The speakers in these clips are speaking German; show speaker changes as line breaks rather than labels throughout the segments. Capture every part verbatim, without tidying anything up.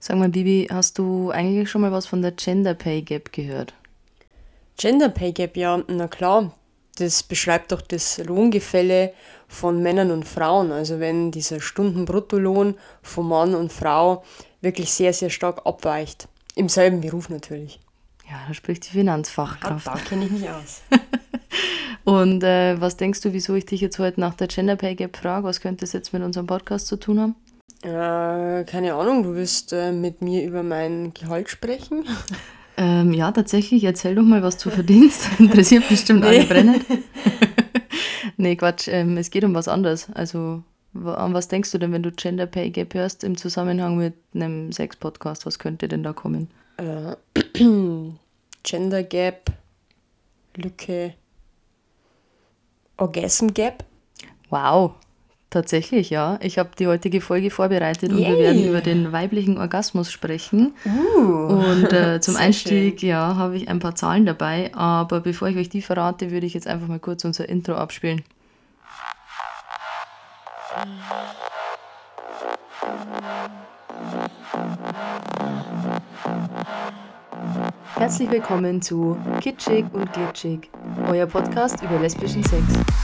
Sag mal, Bibi, hast du eigentlich schon mal was von der Gender Pay Gap gehört?
Gender Pay Gap, ja, na klar, das beschreibt doch das Lohngefälle von Männern und Frauen. Also wenn dieser Stundenbruttolohn von Mann und Frau wirklich sehr, sehr stark abweicht. Im selben Beruf natürlich.
Ja, da spricht die
Ah,
Finanzfachkraft.
da kenne ich mich aus.
Und äh, was denkst du, wieso ich dich jetzt heute nach der Gender Pay Gap frage? Was könnte das jetzt mit unserem Podcast zu tun haben?
Äh, keine Ahnung, du willst äh, mit mir über mein Gehalt sprechen?
Ähm, ja, tatsächlich, erzähl doch mal, was du verdienst. Interessiert bestimmt alle
Nee.
brennend. Nee, Quatsch, ähm, es geht um was anderes. Also, wa- an was denkst du denn, wenn du Gender Pay Gap hörst im Zusammenhang mit einem Sex-Podcast? Was könnte denn da kommen?
Äh, Gender Gap, Lücke, Orgasm Gap.
Wow, tatsächlich, ja. Ich habe die heutige Folge vorbereitet und wir werden über
Yay!
den weiblichen Orgasmus sprechen.
Uh,
Und äh, zum
sehr
Einstieg,
schön.
ja, habe ich ein paar Zahlen dabei. Aber bevor ich euch die verrate, würde ich jetzt einfach mal kurz unser Intro abspielen. Herzlich willkommen zu Kitschig und Glitschig, euer Podcast über lesbischen Sex.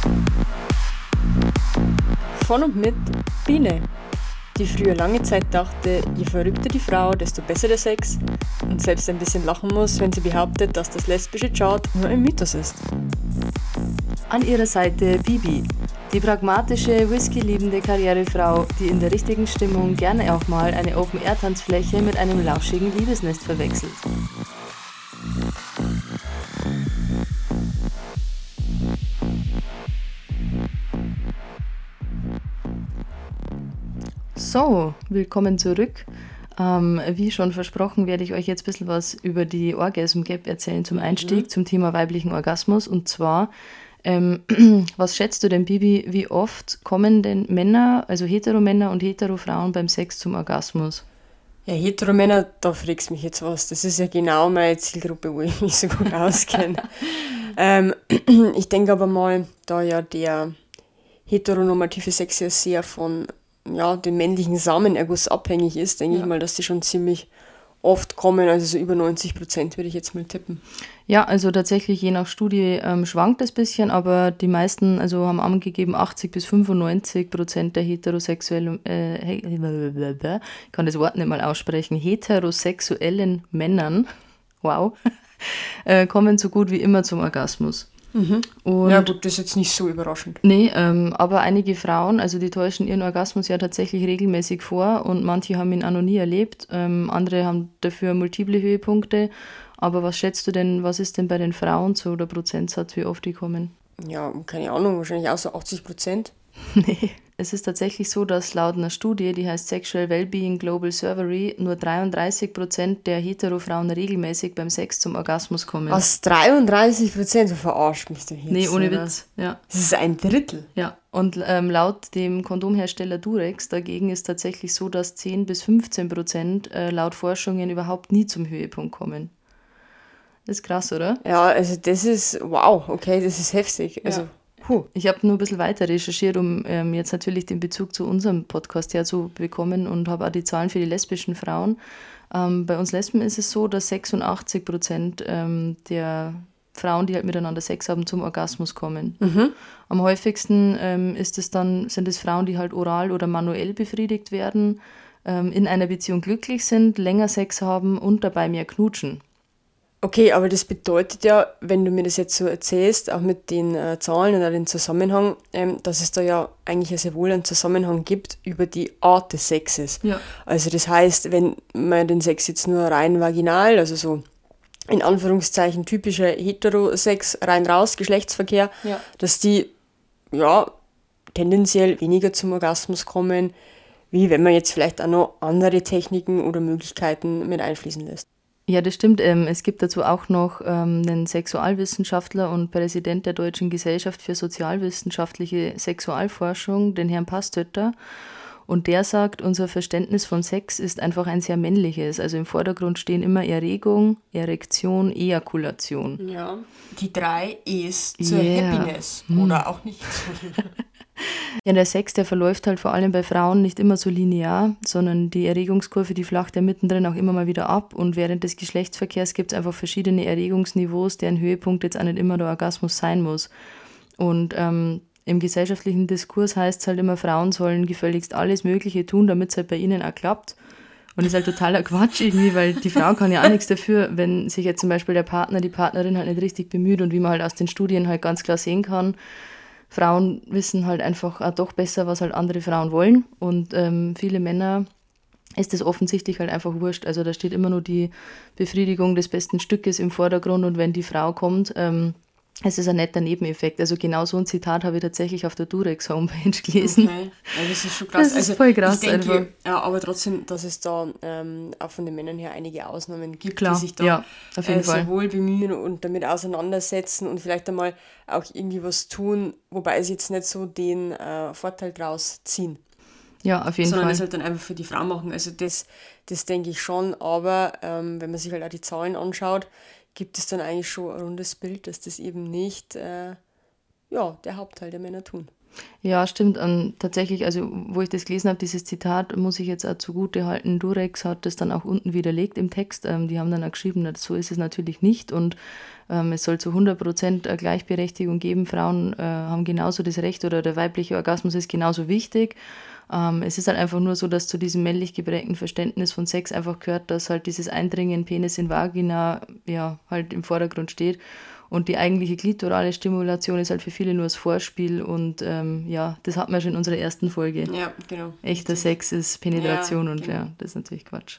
Von und mit Biene, die früher lange Zeit dachte, je verrückter die Frau, desto besser der Sex und selbst ein bisschen lachen muss, wenn sie behauptet, dass das lesbische Chart nur ein Mythos ist.
An ihrer Seite Bibi, die pragmatische, whisky-liebende Karrierefrau, die in der richtigen Stimmung gerne auch mal eine Open-Air-Tanzfläche mit einem lauschigen Liebesnest verwechselt. So, willkommen zurück. Ähm, wie schon versprochen, werde ich euch jetzt ein bisschen was über die Orgasm Gap erzählen zum Einstieg zum Thema weiblichen Orgasmus. Und zwar, ähm, was schätzt du denn, Bibi, wie oft kommen denn Männer, also Heteromänner und Heterofrauen beim Sex zum Orgasmus?
Ja, Heteromänner, da fragst mich jetzt was. Das ist ja genau meine Zielgruppe, wo ich mich so gut auskenne. ähm, ich denke aber mal, da ja der heteronormative Sex ja sehr von ja, dem männlichen Samenerguss abhängig ist, denke ich
Ja.
mal, dass die schon ziemlich oft kommen, also so über neunzig Prozent würde ich jetzt mal tippen.
Ja, also tatsächlich je nach Studie ähm, schwankt es ein bisschen, aber die meisten also haben angegeben, achtzig bis fünfundneunzig Prozent der heterosexuellen, äh, he- ich kann das Wort nicht mal aussprechen, heterosexuellen Männern, wow, äh, kommen so gut wie immer zum Orgasmus.
Ja
Und
gut, das ist jetzt nicht so überraschend.
nee, ähm, aber einige Frauen, also die täuschen ihren Orgasmus ja tatsächlich regelmäßig vor und manche haben ihn auch noch nie erlebt, ähm, andere haben dafür multiple Höhepunkte. Aber was schätzt du denn, was ist denn bei den Frauen so der Prozentsatz, wie oft die kommen?
Ja, keine Ahnung, wahrscheinlich auch so achtzig Prozent.
Nee. Es ist tatsächlich so, dass laut einer Studie, die heißt Sexual Wellbeing Global Survey, nur dreiunddreißig Prozent der Hetero-Frauen regelmäßig beim Sex zum Orgasmus kommen.
Was, dreiunddreißig Prozent? Du verarscht mich doch jetzt,
Nee, ohne
oder?
Witz, ja.
Das ist ein Drittel.
Ja, und ähm, laut dem Kondomhersteller Durex dagegen ist tatsächlich so, dass zehn bis fünfzehn Prozent äh, laut Forschungen überhaupt nie zum Höhepunkt kommen. Das ist krass, oder?
Ja, also das ist, wow, okay, das ist heftig. Also,
Ja.
puh.
Ich habe nur ein bisschen weiter recherchiert, um ähm, jetzt natürlich den Bezug zu unserem Podcast herzubekommen und habe auch die Zahlen für die lesbischen Frauen. Ähm, bei uns Lesben ist es so, dass sechsundachtzig Prozent ähm, der Frauen, die halt miteinander Sex haben, zum Orgasmus kommen. Am häufigsten ähm, ist es dann, sind es Frauen, die halt oral oder manuell befriedigt werden, ähm, in einer Beziehung glücklich sind, länger Sex haben und dabei mehr knutschen.
Okay, aber das bedeutet ja, wenn du mir das jetzt so erzählst, auch mit den äh, Zahlen und auch den Zusammenhang, ähm, dass es da ja eigentlich ja sehr wohl einen Zusammenhang gibt über die Art des Sexes.
Ja.
Also das heißt, wenn man den Sex jetzt nur rein vaginal, also so in Anführungszeichen typischer Heterosex, rein raus, Geschlechtsverkehr,
Ja.
dass die ja tendenziell weniger zum Orgasmus kommen, wie wenn man jetzt vielleicht auch noch andere Techniken oder Möglichkeiten mit einfließen lässt.
Ja, das stimmt. Ähm, es gibt dazu auch noch ähm, einen Sexualwissenschaftler und Präsident der Deutschen Gesellschaft für sozialwissenschaftliche Sexualforschung, den Herrn Pastötter. Und der sagt, unser Verständnis von Sex ist einfach ein sehr männliches. Also im Vordergrund stehen immer Erregung, Erektion, Ejakulation.
Ja, die drei E's
zur Yeah.
Happiness oder auch nicht.
Ja, der Sex, der verläuft halt vor allem bei Frauen nicht immer so linear, sondern die Erregungskurve, die flacht ja mittendrin auch immer mal wieder ab und während des Geschlechtsverkehrs gibt es einfach verschiedene Erregungsniveaus, deren Höhepunkt jetzt auch nicht immer der Orgasmus sein muss. Und ähm, im gesellschaftlichen Diskurs heißt es halt immer, Frauen sollen gefälligst alles Mögliche tun, damit es halt bei ihnen auch klappt. Und das ist halt totaler Quatsch irgendwie, weil die Frau kann ja auch nichts dafür, wenn sich jetzt zum Beispiel der Partner, die Partnerin halt nicht richtig bemüht und wie man halt aus den Studien halt ganz klar sehen kann, Frauen wissen halt einfach auch doch besser, was halt andere Frauen wollen und ähm, viele Männer ist das offensichtlich halt einfach wurscht. Also da steht immer nur die Befriedigung des besten Stückes im Vordergrund und wenn die Frau kommt, ähm, es ist ein netter Nebeneffekt. Also genau so ein Zitat habe ich tatsächlich auf der Durex-Homepage gelesen.
Okay, ja, das ist schon krass.
Das ist
also,
voll krass
ich denke,
einfach.
ja, aber trotzdem, dass es da ähm, auch von den Männern her einige Ausnahmen gibt,
Klar,
die sich da
ja, auf jeden
äh,
Fall.
sehr wohl bemühen und damit auseinandersetzen und vielleicht einmal auch irgendwie was tun, wobei sie jetzt nicht so den äh, Vorteil draus ziehen,
Ja, auf jeden
sondern
Fall.
das halt dann einfach für die Frau machen. Also das, das denke ich schon, aber ähm, wenn man sich halt auch die Zahlen anschaut, gibt es dann eigentlich schon ein rundes Bild, dass das eben nicht äh, ja, der Hauptteil der Männer tun.
Ja, stimmt. Und tatsächlich, also wo ich das gelesen habe, dieses Zitat, muss ich jetzt auch zugute halten. Durex hat das dann auch unten widerlegt im Text. Ähm, die haben dann auch geschrieben, na, so ist es natürlich nicht. Und ähm, es soll zu hundert Prozent eine Gleichberechtigung geben. Frauen äh, haben genauso das Recht oder der weibliche Orgasmus ist genauso wichtig. Ähm, es ist halt einfach nur so, dass zu diesem männlich geprägten Verständnis von Sex einfach gehört, dass halt dieses Eindringen Penis in Vagina ja halt im Vordergrund steht. Und die eigentliche klitorale Stimulation ist halt für viele nur das Vorspiel und ähm, ja, das hatten wir schon in unserer ersten Folge.
Ja, genau.
Echter
Richtig.
Sex ist Penetration
Ja,
und
genau.
ja, das ist natürlich Quatsch.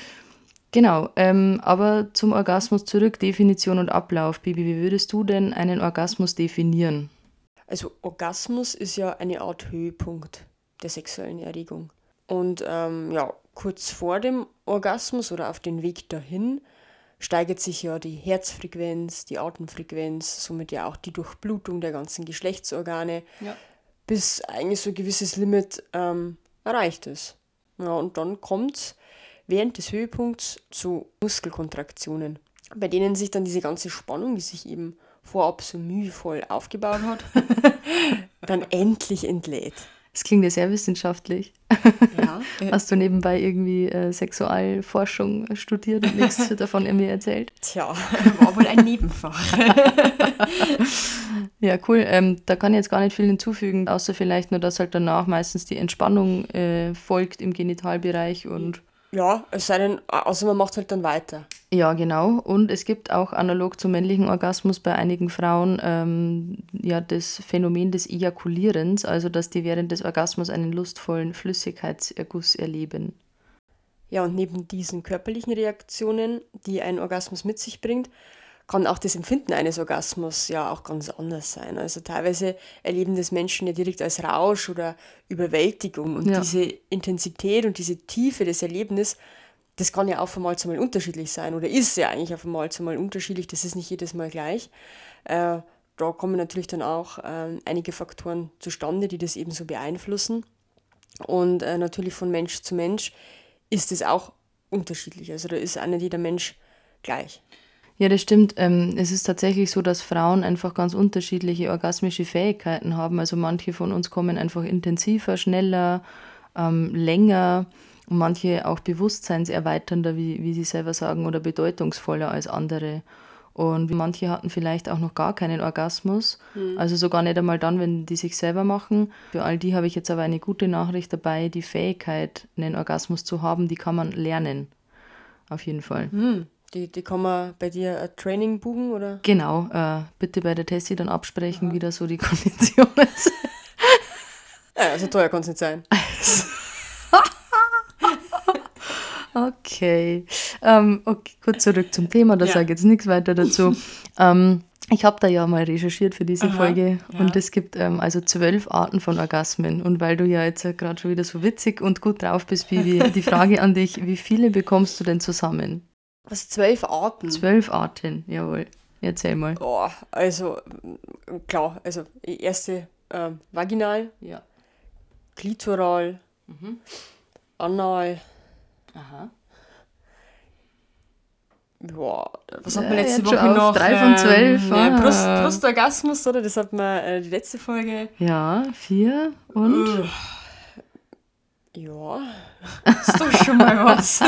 Genau, ähm, aber zum Orgasmus zurück, Definition und Ablauf. Bibi, wie würdest du denn einen Orgasmus definieren?
Also Orgasmus ist ja eine Art Höhepunkt der sexuellen Erregung. Und ähm, ja, kurz vor dem Orgasmus oder auf den Weg dahin steigert sich ja die Herzfrequenz, die Atemfrequenz, somit ja auch die Durchblutung der ganzen Geschlechtsorgane,
Ja.
bis eigentlich so ein gewisses Limit ähm, erreicht ist. Ja, und dann kommt es während des Höhepunkts zu Muskelkontraktionen, bei denen sich dann diese ganze Spannung, die sich eben vorab so mühevoll aufgebaut hat, dann endlich entlädt.
Das klingt ja sehr wissenschaftlich.
Ja, äh,
Hast du nebenbei irgendwie äh, Sexualforschung studiert und nichts davon mir erzählt?
tja, war wohl ein Nebenfach.
Ja, cool. Ähm, da kann ich jetzt gar nicht viel hinzufügen, außer vielleicht nur, dass halt danach meistens die Entspannung äh, folgt im Genitalbereich und
Ja, es sei denn, außer man macht halt dann weiter.
ja, genau. Und es gibt auch analog zum männlichen Orgasmus bei einigen Frauen ähm, ja das Phänomen des Ejakulierens, also dass die während des Orgasmus einen lustvollen Flüssigkeitserguss erleben.
Ja, und neben diesen körperlichen Reaktionen, die ein Orgasmus mit sich bringt, kann auch das Empfinden eines Orgasmus ja auch ganz anders sein. Also teilweise erleben das Menschen ja direkt als Rausch oder Überwältigung. Und
Ja.
diese Intensität und diese Tiefe des Erlebnisses, das kann ja auch von Mal zu Mal unterschiedlich sein oder ist ja eigentlich auch von Mal zu Mal unterschiedlich. Das ist nicht jedes Mal gleich. Äh, da kommen natürlich dann auch äh, einige Faktoren zustande, die das eben so beeinflussen. Und äh, natürlich von Mensch zu Mensch ist es auch unterschiedlich. Also da ist auch nicht jeder Mensch gleich.
Ja, das stimmt. Ähm, es ist tatsächlich so, dass Frauen einfach ganz unterschiedliche orgasmische Fähigkeiten haben. Also manche von uns kommen einfach intensiver, schneller, ähm, länger und manche auch bewusstseinserweiternder, wie, wie sie selber sagen, oder bedeutungsvoller als andere. Und manche hatten vielleicht auch noch gar keinen Orgasmus, also sogar nicht einmal dann, wenn die sich selber machen. Für all die habe ich jetzt aber eine gute Nachricht dabei, die Fähigkeit, einen Orgasmus zu haben, die kann man lernen. Auf jeden Fall.
Hm. Die, die kann man bei dir ein Training buchen, oder?
Genau, äh, bitte bei der Tessie dann absprechen, wie da so die Konditionen sind.
Ja, so teuer kann es nicht sein.
Okay. Ähm, okay, gut, zurück zum Thema, da
Ja.
sage ich jetzt nichts weiter dazu. ähm, ich habe da ja mal recherchiert für diese
Aha,
Folge
ja.
und es gibt ähm, also zwölf Arten von Orgasmen. Und weil du ja jetzt äh, gerade schon wieder so witzig und gut drauf bist, Bibi, die Frage an dich, wie viele bekommst du denn zusammen?
Was, zwölf Arten?
Zwölf Arten, jawohl. Erzähl mal.
Oh, also, mm, klar, also die erste ähm, vaginal,
Ja.
klitoral, anal,
Aha.
Boah, was hat man
Ja,
letzte
jetzt schon
Woche
auf
noch?
drei von zwölf,
Ähm, ja,
ah.
Brust, Brustorgasmus, oder? Das hat man äh, die letzte Folge.
Ja, vier und?
Uh, ja, ist doch schon mal was.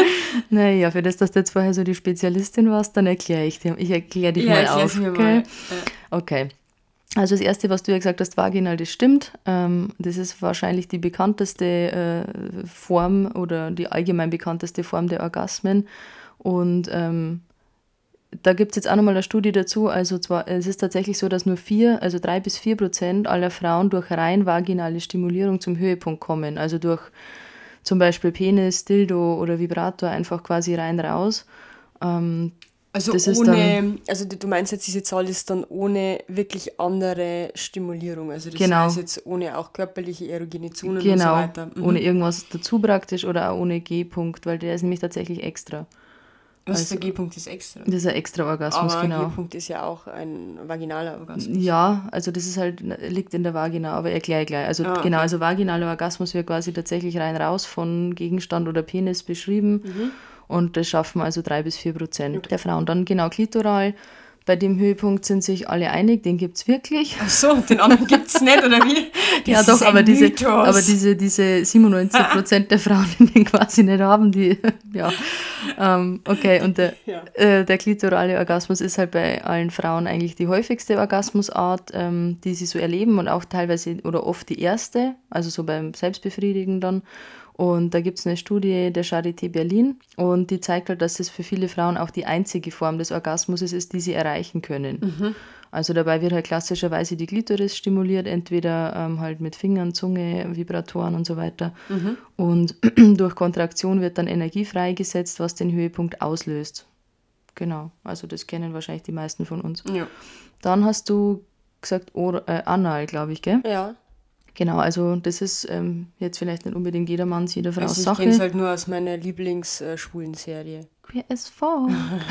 Naja, für das, dass du jetzt vorher so die Spezialistin warst, dann erkläre ich dir. Ich erkläre dich
Ja,
mal
erklär's
auf.
mir
Okay?
mal.
Okay. Also das Erste, was du ja gesagt hast, vaginal, das stimmt. Ähm, das ist wahrscheinlich die bekannteste äh, Form oder die allgemein bekannteste Form der Orgasmen. Und ähm, da gibt es jetzt auch nochmal eine Studie dazu. Also zwar, es ist tatsächlich so, dass nur vier, also drei bis vier Prozent aller Frauen durch rein vaginale Stimulierung zum Höhepunkt kommen. Also durch zum Beispiel Penis, Dildo oder Vibrator einfach quasi rein raus. Ähm,
Also
das ist
ohne,
dann,
also du du meinst jetzt, diese Zahl ist dann ohne wirklich andere Stimulierung. Also das
Genau.
heißt jetzt ohne auch körperliche erogene Zonen und so
genau,
weiter. Mhm.
ohne irgendwas dazu praktisch oder auch ohne G-Punkt, weil der ist nämlich tatsächlich extra.
Was
also-
der G-Punkt ist extra.
Das ist ein extra Orgasmus,
Aber
genau.
G-Punkt ist ja auch ein vaginaler Orgasmus.
Ja, also das ist halt, liegt in der Vagina, aber erkläre ich gleich. Also
Ah,
genau,
okay.
also vaginaler Orgasmus wird quasi tatsächlich rein raus von Gegenstand oder Penis beschrieben
Mhm.
und das schaffen also drei bis vier Prozent der Frauen. Dann genau Klitoral, bei dem Höhepunkt sind sich alle einig, den gibt es wirklich.
Ach so, den anderen gibt es nicht, oder wie? Das
Ja
ist
doch,
ein
aber diese,
Mythos.
aber diese, diese siebenundneunzig Prozent der Frauen, die den quasi nicht haben, die, ja, ähm, okay, und der,
Ja.
äh, der klitorale Orgasmus ist halt bei allen Frauen eigentlich die häufigste Orgasmusart, ähm, die sie so erleben und auch teilweise oder oft die erste, also so beim Selbstbefriedigen dann. Und da gibt es eine Studie der Charité Berlin und die zeigt halt, dass es für viele Frauen auch die einzige Form des Orgasmus ist, die sie erreichen können. Also dabei wird halt klassischerweise die Klitoris stimuliert, entweder ähm, halt mit Fingern, Zunge, Vibratoren und so weiter. Und durch Kontraktion wird dann Energie freigesetzt, was den Höhepunkt auslöst. Genau, also das kennen wahrscheinlich die meisten von uns.
Ja.
Dann hast du gesagt, or äh, anal, glaube ich, gell?
Ja.
Genau, also das ist ähm, jetzt vielleicht nicht unbedingt jedermanns, jeder Frau
Also ich
Sache.
kenne es halt nur aus meiner Lieblings-Schwulen-Serie.
Queer as fuck.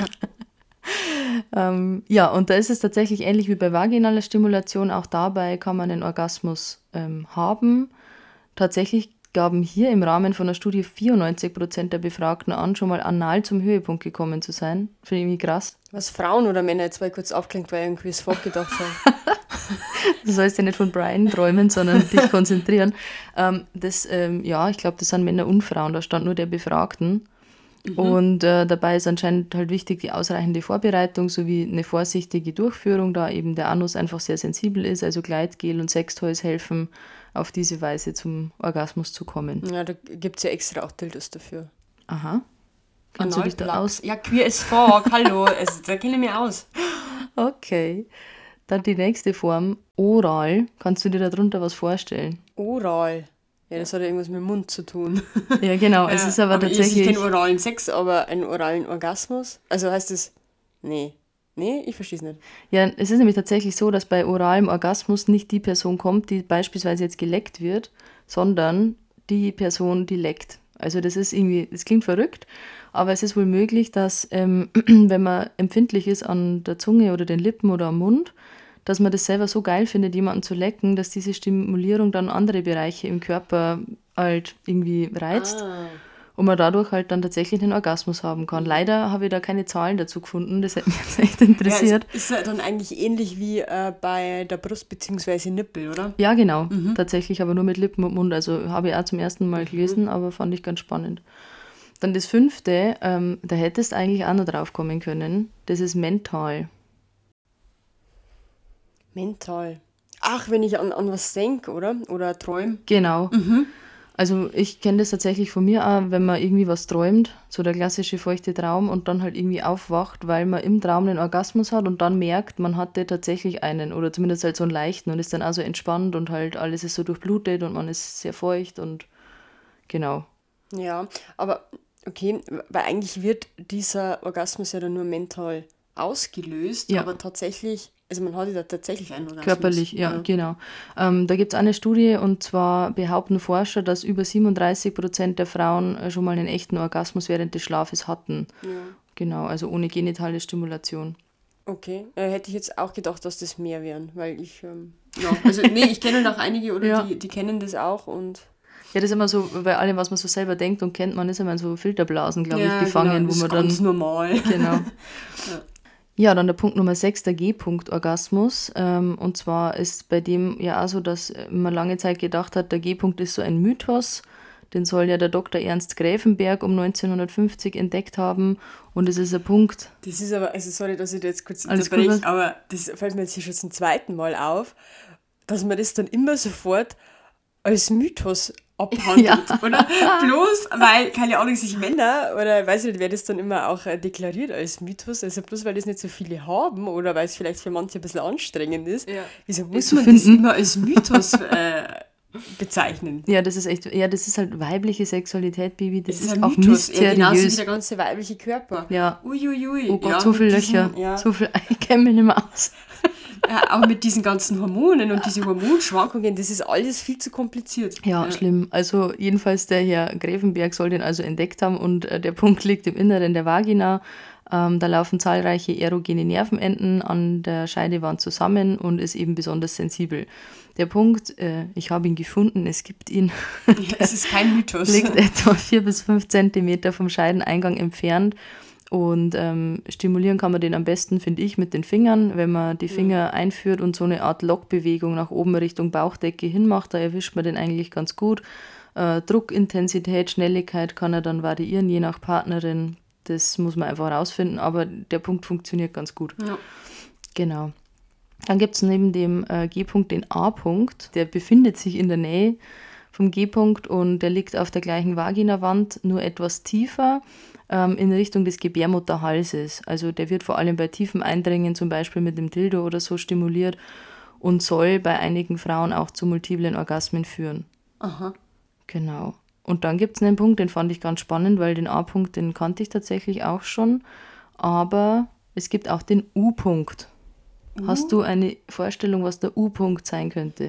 ähm, ja, und da ist es tatsächlich ähnlich wie bei vaginaler Stimulation. Auch dabei kann man einen Orgasmus ähm, haben. Tatsächlich gaben hier im Rahmen von einer Studie vierundneunzig Prozent der Befragten an, schon mal anal zum Höhepunkt gekommen zu sein. Finde ich irgendwie krass.
Was, Frauen oder Männer? Jetzt war ich kurz aufgelenkt, weil ich irgendwie das Wort gedacht habe.
Du sollst ja nicht von Brian träumen, sondern dich konzentrieren. Ähm, das, ähm, ja, ich glaube, das sind Männer und Frauen, da stand nur der Befragten. Und äh, dabei ist anscheinend halt wichtig die ausreichende Vorbereitung sowie eine vorsichtige Durchführung, da eben der Anus einfach sehr sensibel ist. Also Gleitgel und Sextoys helfen, auf diese Weise zum Orgasmus zu kommen.
Ja, da gibt es ja extra auch Dildos dafür.
Aha. Kannst du dich da aus?
Ja, queer as fuck, hallo, also, da kenne ich mich aus.
Okay. Dann die nächste Form, oral. Kannst du dir darunter was vorstellen?
Oral. Ja, das hat ja irgendwas mit dem Mund zu tun.
Ja, genau. Es
Ja,
ist aber,
aber
tatsächlich.
Ich, ich kenne oralen Sex, aber einen oralen Orgasmus? Also heißt es. Nee. Nee, ich verstehe es nicht.
Ja, es ist nämlich tatsächlich so, dass bei oralem Orgasmus nicht die Person kommt, die beispielsweise jetzt geleckt wird, sondern die Person, die leckt. Also das ist irgendwie, das klingt verrückt, aber es ist wohl möglich, dass ähm, wenn man empfindlich ist an der Zunge oder den Lippen oder am Mund, dass man das selber so geil findet, jemanden zu lecken, dass diese Stimulierung dann andere Bereiche im Körper halt irgendwie reizt.
Ah.
Und man dadurch halt dann tatsächlich einen Orgasmus haben kann. Leider habe ich da keine Zahlen dazu gefunden, das hätte mich jetzt echt interessiert.
Ja, es ist ja dann eigentlich ähnlich wie äh, bei der Brust bzw. Nippel, oder?
Ja, genau, tatsächlich, aber nur mit Lippen und Mund. Also habe ich auch zum ersten Mal gelesen, aber fand ich ganz spannend. Dann das fünfte, ähm, da hättest du eigentlich auch noch drauf kommen können, das ist mental.
Mental. Ach, wenn ich an, an was denke, oder? Oder träume.
Genau. Also ich kenne das tatsächlich von mir auch, wenn man irgendwie was träumt, so der klassische feuchte Traum und dann halt irgendwie aufwacht, weil man im Traum einen Orgasmus hat und dann merkt, man hatte tatsächlich einen oder zumindest halt so einen leichten und ist dann auch so entspannt und halt alles ist so durchblutet und man ist sehr feucht und genau.
Ja, aber okay, weil eigentlich wird dieser Orgasmus ja dann nur mental ausgelöst,
Ja.
aber tatsächlich, also man hat ja da tatsächlich einen Orgasmus.
Körperlich, ja, genau. Ähm, da gibt es eine Studie und zwar behaupten Forscher, dass über siebenunddreißig Prozent der Frauen äh, schon mal einen echten Orgasmus während des Schlafes hatten.
Ja.
Genau, also ohne genitale Stimulation.
Okay, äh, hätte ich jetzt auch gedacht, dass das mehr wären, weil ich, ähm, ja, also nee, ich kenne noch einige oder
Ja.
die, die kennen das auch und
Ja, das ist immer so, bei allem, was man so selber denkt und kennt, man ist immer in so Filterblasen, glaube
Ja,
ich, gefangen,
genau, das
wo
ist
man
ganz
dann.
normal.
Genau.
Ja.
Ja, dann der Punkt Nummer sechs, der G-Punkt-Orgasmus. Ähm, und zwar ist bei dem ja auch so, dass man lange Zeit gedacht hat, der G-Punkt ist so ein Mythos. Den soll ja der Doktor Ernst Gräfenberg um neunzehnhundertfünfzig entdeckt haben. Und es ist ein Punkt.
Das ist aber, also sorry, dass ich da jetzt kurz
Alles gut,
unterbreche,
was?
aber das fällt mir jetzt hier schon zum zweiten Mal auf, dass man das dann immer sofort als Mythos abhandelt,
Ja.
oder? Bloß, weil, keine Ahnung, sich Männer, oder weiß ich nicht, wer das dann immer auch äh, deklariert als Mythos, also bloß weil das nicht so viele haben, oder weil es vielleicht für manche ein bisschen anstrengend ist,
Ja.
wieso muss
zu
man das
finden.
immer als Mythos äh, bezeichnen?
Ja, das ist echt, ja, das ist halt weibliche Sexualität, Baby. Das,
Das
ist
ein
auch
Mythos, ja, genauso wie
mysteriös.
der ganze weibliche Körper.
Ja.
Uiuiui.
Oh Gott,
ja,
so
mit
viele
diesen-
Löcher.
Ja,
So viel, ich kenne mich nicht mehr aus.
ja, auch mit diesen ganzen Hormonen und diese Hormonschwankungen, das ist alles viel zu kompliziert.
Ja, schlimm. Also jedenfalls der Herr Gräfenberg soll den also entdeckt haben und äh, der Punkt liegt im Inneren der Vagina. Ähm, da laufen zahlreiche erogene Nervenenden an der Scheidewand zusammen und ist eben besonders sensibel. Der Punkt, äh, ich habe ihn gefunden, es gibt ihn,
Ja, es ist kein Mythos.
liegt etwa vier bis fünf Zentimeter vom Scheideneingang entfernt. Und ähm, stimulieren kann man den am besten, finde ich, mit den Fingern. Wenn man die Finger einführt und so eine Art Lockbewegung nach oben Richtung Bauchdecke hinmacht, da erwischt man den eigentlich ganz gut. Äh, Druck, Intensität, Schnelligkeit kann er dann variieren, je nach Partnerin. Das muss man einfach rausfinden, aber der Punkt funktioniert ganz gut.
Ja.
Genau. Dann gibt es neben dem äh, G-Punkt den A-Punkt. Der befindet sich in der Nähe vom G-Punkt und der liegt auf der gleichen Vaginawand, nur etwas tiefer ähm, in Richtung des Gebärmutterhalses. Also der wird vor allem bei tiefen Eindringen, zum Beispiel mit dem Dildo oder so, stimuliert und soll bei einigen Frauen auch zu multiplen Orgasmen führen.
Aha.
Genau. Und dann gibt es einen Punkt, den fand ich ganz spannend, weil den A-Punkt, den kannte ich tatsächlich auch schon. Aber es gibt auch den U-Punkt. Hast du eine Vorstellung, was der U-Punkt sein könnte?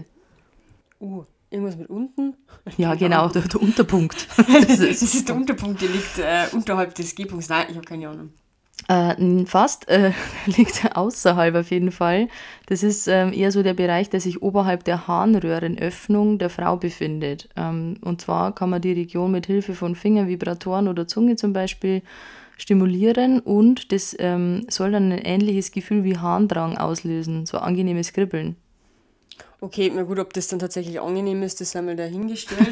Uh, irgendwas mit unten?
Ja, genau, der, der Unterpunkt.
Das ist der Unterpunkt, der liegt äh, unterhalb des G-Punkts. Nein, ich habe keine Ahnung.
Äh, fast, äh, liegt außerhalb auf jeden Fall. Das ist ähm, eher so der Bereich, der sich oberhalb der Harnröhrenöffnung der Frau befindet. Ähm, und zwar kann man die Region mit Hilfe von Fingervibratoren oder Zunge zum Beispiel stimulieren und das ähm, soll dann ein ähnliches Gefühl wie Harndrang auslösen, so angenehmes Kribbeln.
Okay, na gut, ob das dann tatsächlich angenehm ist, das haben wir dahingestellt.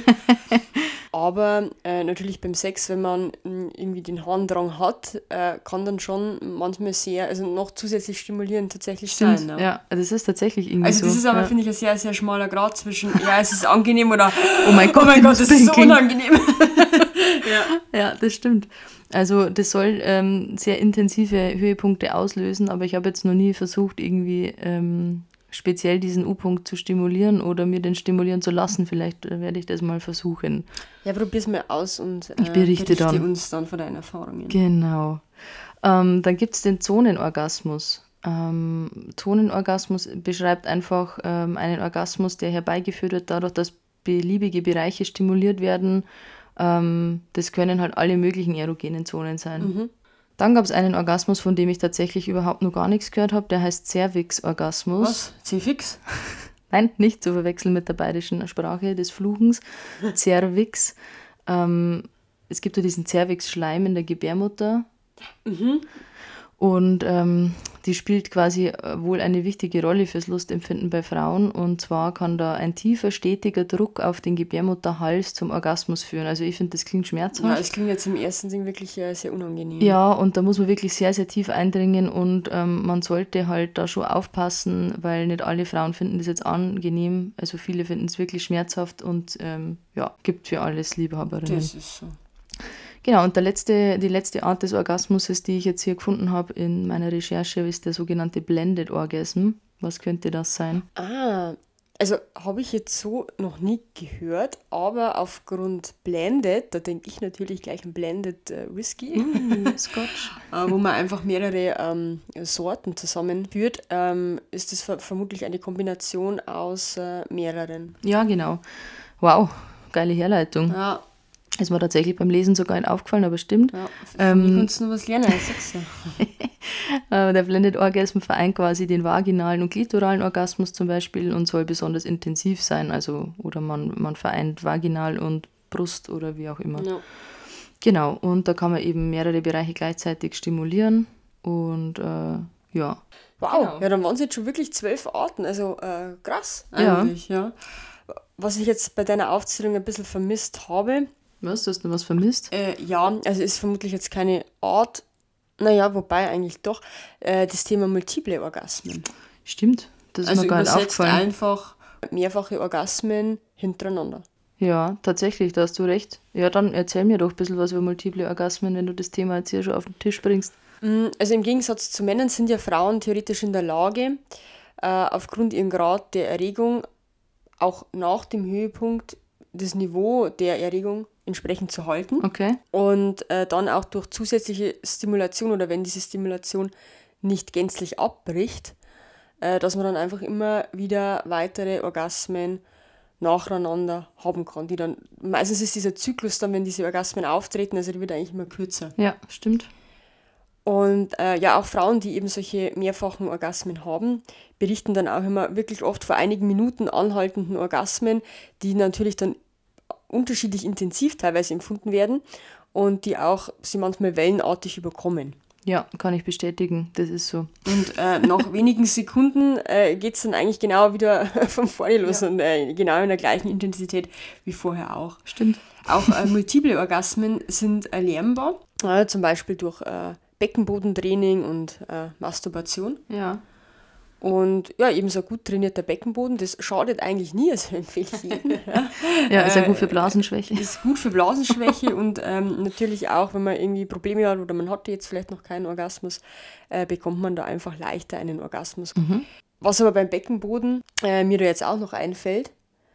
Aber äh, natürlich beim Sex, wenn man mh, irgendwie den Harndrang hat, äh, kann dann schon manchmal sehr, also noch zusätzlich stimulierend tatsächlich sein. Ja.
Ja, das ist tatsächlich irgendwie
Also
so.
das ist aber,
ja.
finde ich, ein sehr, sehr schmaler Grad zwischen, ja, es ist angenehm oder
Oh mein Gott,
oh mein
ich
Gott,
muss
das ist so
pinkeln.
unangenehm. Ja.
Ja, das stimmt. Also das soll ähm, sehr intensive Höhepunkte auslösen, aber ich habe jetzt noch nie versucht, irgendwie ähm, speziell diesen U-Punkt zu stimulieren oder mir den stimulieren zu lassen. Vielleicht äh, werde ich das mal versuchen.
Ja, probier's mal aus und äh,
Ich berichte dann.
uns dann von deinen Erfahrungen.
Genau. Ähm, dann gibt es den Zonenorgasmus. Ähm, Zonenorgasmus beschreibt einfach ähm, einen Orgasmus, der herbeigeführt wird dadurch, dass beliebige Bereiche stimuliert werden. Ähm, das können halt alle möglichen erogenen Zonen sein.
Mhm.
Dann gab es einen Orgasmus, von dem ich tatsächlich überhaupt noch gar nichts gehört habe. Der heißt Cervix-Orgasmus.
Was? C-Fix?
Nein, nicht zu verwechseln mit der bayerischen Sprache des Fluchens. Cervix. Ähm, es gibt ja diesen Cervix-Schleim in der Gebärmutter.
Mhm.
Und ähm, die spielt quasi äh, wohl eine wichtige Rolle fürs Lustempfinden bei Frauen. Und zwar kann da ein tiefer, stetiger Druck auf den Gebärmutterhals zum Orgasmus führen. Also ich finde, das klingt
Ja,
schmerzhaft.
es klingt jetzt im ersten Ding wirklich äh, sehr unangenehm.
Ja, und da muss man wirklich sehr, sehr tief eindringen und ähm, man sollte halt da schon aufpassen, weil nicht alle Frauen finden das jetzt angenehm. Also viele finden es wirklich schmerzhaft und ähm, ja, gibt für alles Liebhaberinnen.
Das ist so.
Genau, und der letzte, die letzte Art des Orgasmus, die ich jetzt hier gefunden habe in meiner Recherche, ist der sogenannte Blended Orgasm. Was könnte das sein?
Ah, also habe ich jetzt so noch nie gehört, aber aufgrund Blended, da denke ich natürlich gleich an Blended äh, Whisky,
Scotch.
äh, wo man einfach mehrere ähm, Sorten zusammenführt, ähm, ist das ver- vermutlich eine Kombination aus äh, mehreren.
Ja, genau. Wow, geile Herleitung.
Ja,
Ist mir tatsächlich beim Lesen sogar nicht aufgefallen, aber stimmt.
Ja,
Ähm,
ich kannst du noch was lernen, sagst du.
Äh, Der Blended Orgasm vereint quasi den vaginalen und klitoralen Orgasmus zum Beispiel und soll besonders intensiv sein. Also, oder man, man vereint vaginal und Brust oder wie auch immer.
Ja.
Genau, und da kann man eben mehrere Bereiche gleichzeitig stimulieren und äh, ja.
Wow,
Genau.
ja, dann waren es jetzt schon wirklich zwölf Arten. Also äh, krass
Ja.
eigentlich, ja. Was ich jetzt bei deiner Aufzählung ein bisschen vermisst habe,
Was, du hast noch was vermisst?
äh, ja, also ist vermutlich jetzt keine Art, naja, wobei eigentlich doch, äh, das Thema multiple Orgasmen.
Stimmt, das ist
Also
mir gar nicht
übersetzt
aufgefallen.
einfach mehrfache Orgasmen hintereinander.
Ja, tatsächlich, da hast du recht. Ja, dann erzähl mir doch ein bisschen was über multiple Orgasmen, wenn du das Thema jetzt hier schon auf den Tisch bringst.
Mm, Also im Gegensatz zu Männern sind ja Frauen theoretisch in der Lage, äh, aufgrund ihren Grad der Erregung auch nach dem Höhepunkt das Niveau der Erregung entsprechend zu halten.
Okay.
Und äh, dann auch durch zusätzliche Stimulation oder wenn diese Stimulation nicht gänzlich abbricht, äh, dass man dann einfach immer wieder weitere Orgasmen nacheinander haben kann. Die dann, meistens ist dieser Zyklus dann, wenn diese Orgasmen auftreten, also die wird eigentlich immer kürzer.
Ja, stimmt.
Und äh, ja, auch Frauen, die eben solche mehrfachen Orgasmen haben, berichten dann auch immer wirklich oft vor einigen Minuten anhaltenden Orgasmen, die natürlich dann unterschiedlich intensiv teilweise empfunden werden und die auch sie manchmal wellenartig überkommen.
Ja, kann ich bestätigen, das ist so.
Und äh, nach wenigen Sekunden äh, geht es dann eigentlich genau wieder von vorne los und äh, genau in der gleichen Intensität wie vorher auch.
Stimmt.
Auch äh, multiple Orgasmen sind erlernbar, äh, zum Beispiel durch äh, Beckenbodentraining und äh, Masturbation.
Ja.
Und ja, eben so ein gut trainierter Beckenboden, das schadet eigentlich nie, also empfehle ich jedem.
Ja, ist ja gut für Blasenschwäche.
Ist gut für Blasenschwäche und ähm, natürlich auch, wenn man irgendwie Probleme hat oder man hatte jetzt vielleicht noch keinen Orgasmus, äh, bekommt man da einfach leichter einen Orgasmus. Was aber beim Beckenboden äh, mir da jetzt auch noch einfällt,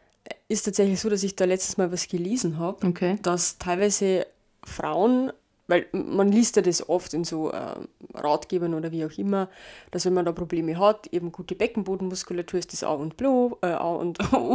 ist tatsächlich so, dass ich da letztes Mal was gelesen habe,
Okay.
dass teilweise Frauen, weil man liest ja das oft in so äh, Ratgebern oder wie auch immer, dass wenn man da Probleme hat, eben gute Beckenbodenmuskulatur ist das A und Blo, äh, A und O,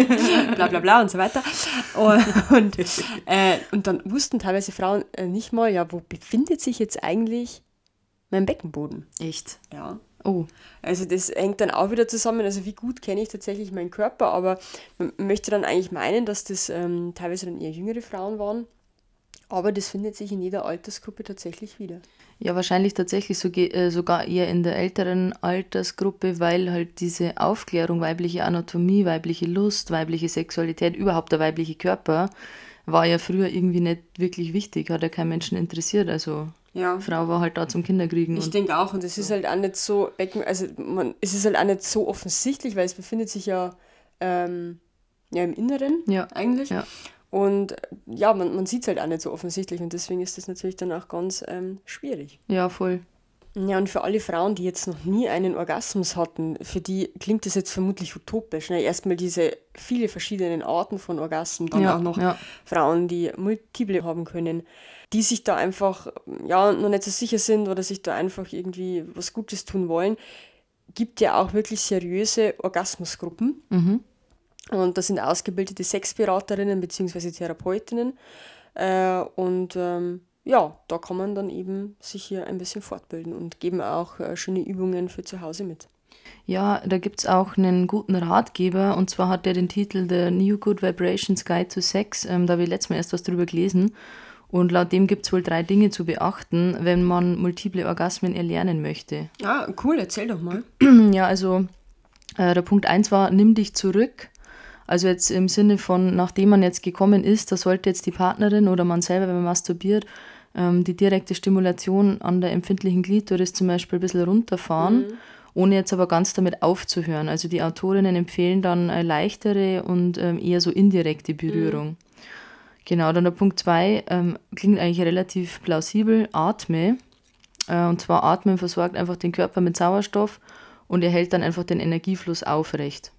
bla bla bla und so weiter. Und, und, äh, und dann wussten teilweise Frauen äh, nicht mal, ja, wo befindet sich jetzt eigentlich mein Beckenboden?
Echt?
Ja.
Oh,
Also das hängt dann auch wieder zusammen, also wie gut kenne ich tatsächlich meinen Körper, aber man möchte dann eigentlich meinen, dass das ähm, teilweise dann eher jüngere Frauen waren, aber das findet sich in jeder Altersgruppe tatsächlich wieder.
ja, wahrscheinlich tatsächlich so, äh, sogar eher in der älteren Altersgruppe, weil halt diese Aufklärung, weibliche Anatomie, weibliche Lust, weibliche Sexualität, überhaupt der weibliche Körper, war ja früher irgendwie nicht wirklich wichtig, hat ja keinen Menschen interessiert. Also
Ja.
Frau war halt da zum Kinderkriegen.
Ich
Und
denke auch, und es ist halt auch nicht so, Becken, also man, es ist halt auch nicht so offensichtlich, weil es befindet sich ja, ähm, ja im Inneren
ja,
eigentlich.
ja.
Und äh, ja, man, man sieht es halt auch nicht so offensichtlich und deswegen ist das natürlich dann auch ganz ähm, schwierig.
Ja, voll.
Ja, und für alle Frauen, die jetzt noch nie einen Orgasmus hatten, für die klingt das jetzt vermutlich utopisch. Ne? Erstmal diese viele verschiedenen Arten von Orgasmen, dann
Ja,
auch noch
ja.
Frauen, die multiple haben können, die sich da einfach ja noch nicht so sicher sind oder sich da einfach irgendwie was Gutes tun wollen. Gibt ja auch wirklich seriöse Orgasmusgruppen.
Mhm.
Und das sind ausgebildete Sexberaterinnen bzw. Therapeutinnen. Äh, und ähm, ja, da kann man dann eben sich hier ein bisschen fortbilden und geben auch äh, schöne Übungen für zu Hause mit.
Ja, da gibt es auch einen guten Ratgeber und zwar hat der den Titel The New Good Vibrations Guide to Sex. Ähm, da habe ich letztes Mal erst was drüber gelesen. Und laut dem gibt es wohl drei Dinge zu beachten, wenn man multiple Orgasmen erlernen möchte.
Ah, cool, erzähl doch mal.
Ja, also äh, der Punkt eins war, nimm dich zurück. Also jetzt im Sinne von, nachdem man jetzt gekommen ist, da sollte jetzt die Partnerin oder man selber, wenn man masturbiert, ähm, die direkte Stimulation an der empfindlichen Klitoris zum Beispiel ein bisschen runterfahren, mhm. ohne jetzt aber ganz damit aufzuhören. Also die Autorinnen empfehlen dann eine leichtere und ähm, eher so indirekte Berührung. Mhm. Genau, dann der Punkt zwei, ähm, klingt eigentlich relativ plausibel, atme. Äh, und zwar Atmen versorgt einfach den Körper mit Sauerstoff und erhält dann einfach den Energiefluss aufrecht.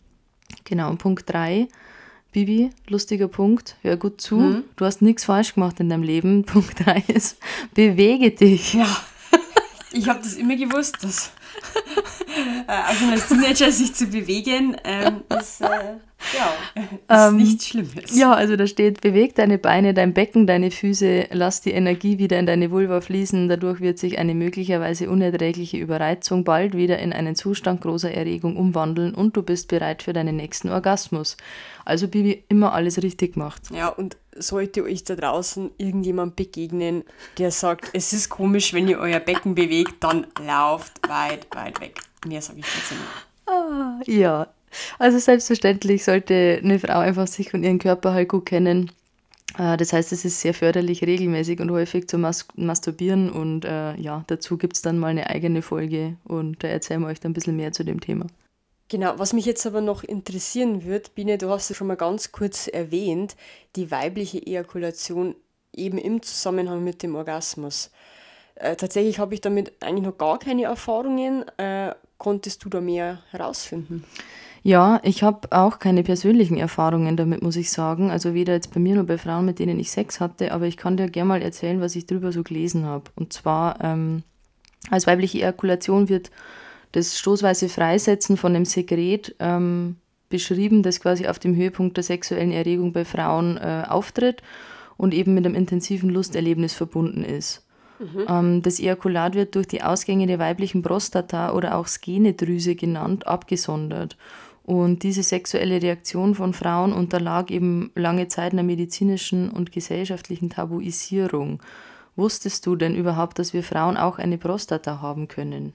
Genau, und Punkt drei, Bibi, lustiger Punkt, hör gut zu, mhm. du hast nichts falsch gemacht in deinem Leben. Punkt drei ist, bewege dich.
Ja, ich habe das immer gewusst, dass äh, auch schon als Teenager sich zu bewegen, ähm, ist, äh, ja, ist
Ähm,
nichts Schlimmes.
Ja, also da steht, beweg deine Beine, dein Becken, deine Füße, lass die Energie wieder in deine Vulva fließen. Dadurch wird sich eine möglicherweise unerträgliche Überreizung bald wieder in einen Zustand großer Erregung umwandeln und du bist bereit für deinen nächsten Orgasmus. Also Bibi, immer alles richtig gemacht.
Ja, und sollte euch da draußen irgendjemand begegnen, der sagt, es ist komisch, wenn ihr euer Becken bewegt, dann lauft weit, weit weg. Mehr sage ich dazu nicht.
Ah, ja, also selbstverständlich sollte eine Frau einfach sich und ihren Körper halt gut kennen. Äh, Das heißt, es ist sehr förderlich, regelmäßig und häufig zu mas masturbieren und äh, ja, dazu gibt es dann mal eine eigene Folge und da erzählen wir euch dann ein bisschen mehr zu dem Thema.
Genau, was mich jetzt aber noch interessieren wird, Biene, du hast es schon mal ganz kurz erwähnt, die weibliche Ejakulation eben im Zusammenhang mit dem Orgasmus. Äh, tatsächlich habe ich damit eigentlich noch gar keine Erfahrungen. Äh, konntest du da mehr herausfinden?
Ja, ich habe auch keine persönlichen Erfahrungen damit, muss ich sagen. Also weder jetzt bei mir noch bei Frauen, mit denen ich Sex hatte, aber ich kann dir gerne mal erzählen, was ich drüber so gelesen habe. Und zwar, ähm, als weibliche Ejakulation wird das stoßweise Freisetzen von einem Sekret ähm, beschrieben, das quasi auf dem Höhepunkt der sexuellen Erregung bei Frauen äh, auftritt und eben mit einem intensiven Lusterlebnis verbunden ist. Ähm, das Ejakulat wird durch die Ausgänge der weiblichen Prostata oder auch Skenedrüse genannt, abgesondert. Und diese sexuelle Reaktion von Frauen unterlag eben lange Zeit einer medizinischen und gesellschaftlichen Tabuisierung. Wusstest du denn überhaupt, dass wir Frauen auch eine Prostata haben können?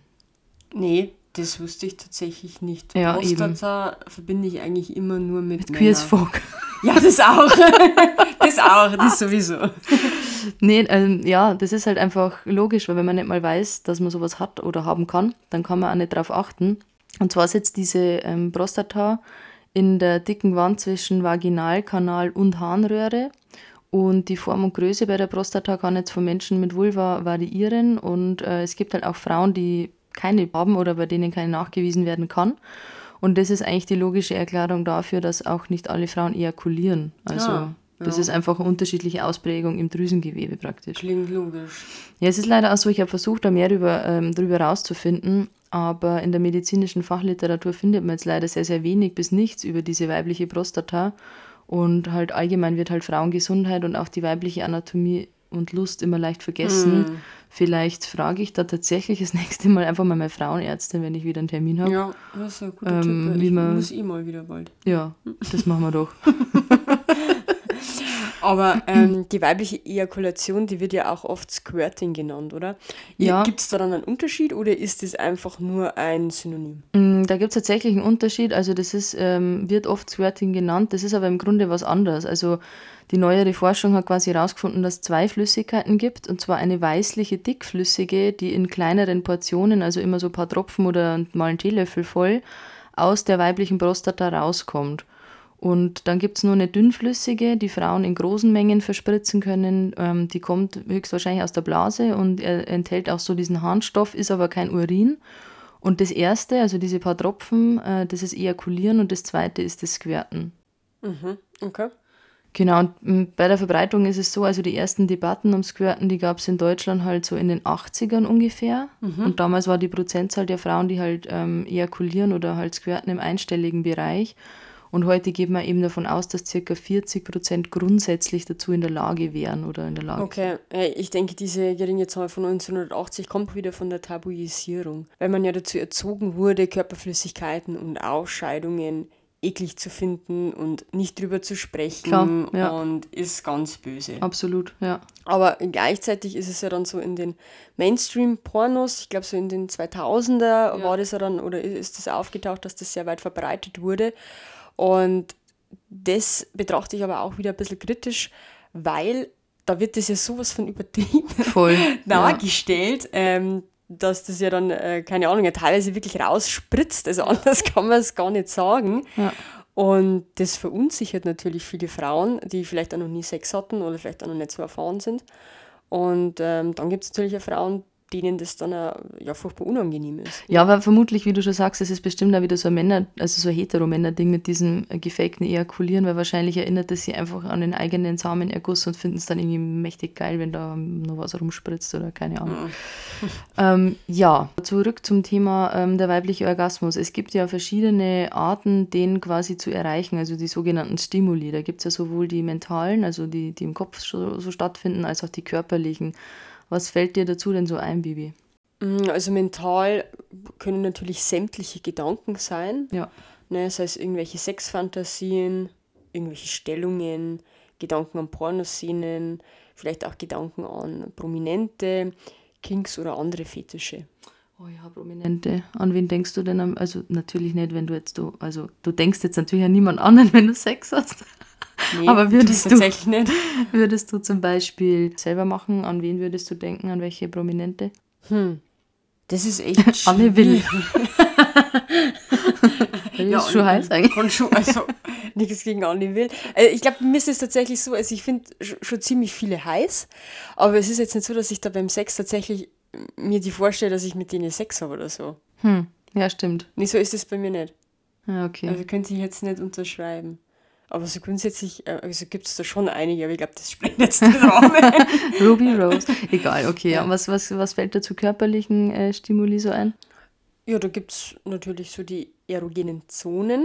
Nee, das wusste ich tatsächlich nicht.
Ja,
Prostata verbinde ich eigentlich immer nur mit, mit
Queer as fuck.
Ja, das auch. Das auch, das sowieso.
Nee, ähm, ja, das ist halt einfach logisch, weil wenn man nicht mal weiß, dass man sowas hat oder haben kann, dann kann man auch nicht drauf achten. Und zwar sitzt diese ähm, Prostata in der dicken Wand zwischen Vaginalkanal und Harnröhre. Und die Form und Größe bei der Prostata kann jetzt von Menschen mit Vulva variieren. Und äh, es gibt halt auch Frauen, die keine haben oder bei denen keine nachgewiesen werden kann. Und das ist eigentlich die logische Erklärung dafür, dass auch nicht alle Frauen ejakulieren. Also
Ah,
das
ja.
ist einfach eine unterschiedliche Ausprägung im Drüsengewebe praktisch.
Klingt logisch.
Ja, es ist leider auch so, ich habe versucht, da mehr drüber, ähm, drüber rauszufinden, aber in der medizinischen Fachliteratur findet man jetzt leider sehr, sehr wenig bis nichts über diese weibliche Prostata. Und halt allgemein wird halt Frauengesundheit und auch die weibliche Anatomie und Lust immer leicht vergessen. Vielleicht frage ich da tatsächlich das nächste Mal einfach mal meine Frauenärztin, wenn ich wieder einen Termin habe.
Ja, das ist ein guter
Ähm,
Tipp.
wie
Ich
man-
muss eh mal wieder bald.
Ja, das machen wir doch.
Aber ähm, die weibliche Ejakulation, die wird ja auch oft Squirting genannt, oder?
Ja.
Gibt es da dann einen Unterschied oder ist das einfach nur ein Synonym?
Mm, Da gibt es tatsächlich einen Unterschied. Also das ist, ähm, wird oft Squirting genannt, das ist aber im Grunde was anderes. Also die neuere Forschung hat quasi herausgefunden, dass es zwei Flüssigkeiten gibt, und zwar eine weißliche, dickflüssige, die in kleineren Portionen, also immer so ein paar Tropfen oder mal einen Teelöffel voll, aus der weiblichen Prostata rauskommt. Und dann gibt es nur eine dünnflüssige, die Frauen in großen Mengen verspritzen können. Ähm, die kommt höchstwahrscheinlich aus der Blase und er enthält auch so diesen Harnstoff, ist aber kein Urin. Und das erste, also diese paar Tropfen, äh, das ist Ejakulieren und das zweite ist das Squirten.
Okay.
Genau, und m, bei der Verbreitung ist es so, also die ersten Debatten um Squirten, die gab es in Deutschland halt so in den achtzigern ungefähr. Und damals war die Prozentzahl der Frauen, die halt ähm, ejakulieren oder halt squirten, im einstelligen Bereich. Und heute geht man eben davon aus, dass ca. vierzig Prozent grundsätzlich dazu in der Lage wären oder in der Lage.
Okay, äh, ich denke, diese geringe Zahl von neunzehnhundertachtzig kommt wieder von der Tabuisierung, weil man ja dazu erzogen wurde, Körperflüssigkeiten und Ausscheidungen eklig zu finden und nicht drüber zu sprechen
Klar, ja.
und ist ganz böse.
Absolut, ja.
Aber gleichzeitig ist es ja dann so in den Mainstream-Pornos, ich glaube so in den zweitausender
Ja.
war das ja dann, oder ist das aufgetaucht, dass das sehr weit verbreitet wurde. Und das betrachte ich aber auch wieder ein bisschen kritisch, weil da wird das ja sowas von übertrieben
Voll. ja.
dargestellt, ähm, dass das ja dann, äh, keine Ahnung, ja teilweise wirklich rausspritzt. Also anders kann man es gar nicht sagen.
Ja.
Und das verunsichert natürlich viele Frauen, die vielleicht auch noch nie Sex hatten oder vielleicht auch noch nicht so erfahren sind. Und ähm, dann gibt es natürlich auch Frauen, denen das dann auch, ja, furchtbar unangenehm ist.
Ja, aber vermutlich, wie du schon sagst, es ist bestimmt auch wieder so ein Männer, also so ein Hetero-Männer-Ding mit diesem äh, gefakten Ejakulieren, weil wahrscheinlich erinnert es sie einfach an den eigenen Samenerguss und finden es dann irgendwie mächtig geil, wenn da noch was rumspritzt oder keine Ahnung.
Mhm.
Ähm, ja, zurück zum Thema ähm, der weibliche Orgasmus. Es gibt ja verschiedene Arten, den quasi zu erreichen, also die sogenannten Stimuli. Da gibt es ja sowohl die mentalen, also die, die im Kopf so, so stattfinden, als auch die körperlichen. Was fällt dir dazu denn so ein, Bibi?
Mm, Also mental können natürlich sämtliche Gedanken sein,
Ja.
ne, sei es irgendwelche Sexfantasien, irgendwelche Stellungen, Gedanken an Pornoszenen, vielleicht auch Gedanken an Prominente, Kinks oder andere Fetische.
Oh ja, Prominente. An wen denkst du denn? Am, also natürlich nicht, wenn du jetzt du, also du denkst jetzt natürlich an niemand anderen, wenn du Sex hast.
Nee,
Aber
tu ich
würdest du,
tatsächlich nicht.
würdest du zum Beispiel selber machen? An wen würdest du denken? An welche Prominente?
Hm, das ist echt
Anne Will.
schwierig.
Das
Ja,
ist schon
und-
heiß eigentlich.
Kann schon, also nichts gegen Anne Will. Also ich glaube, mir ist es tatsächlich so, also ich finde sch- schon ziemlich viele heiß, aber es ist jetzt nicht so, dass ich da beim Sex tatsächlich mir die vorstelle, dass ich mit denen Sex habe oder so.
Hm, ja, stimmt.
Nee, so ist es bei mir nicht.
Ja, okay.
Also könnte ich jetzt nicht unterschreiben. Aber so grundsätzlich, äh, also gibt es da schon einige, aber ich glaube, das sprengt jetzt den Rahmen.
Ruby Rose. Egal, okay. Ja. Was, was, was fällt da zu körperlichen äh, Stimuli so ein?
Ja, da gibt es natürlich so die erogenen Zonen,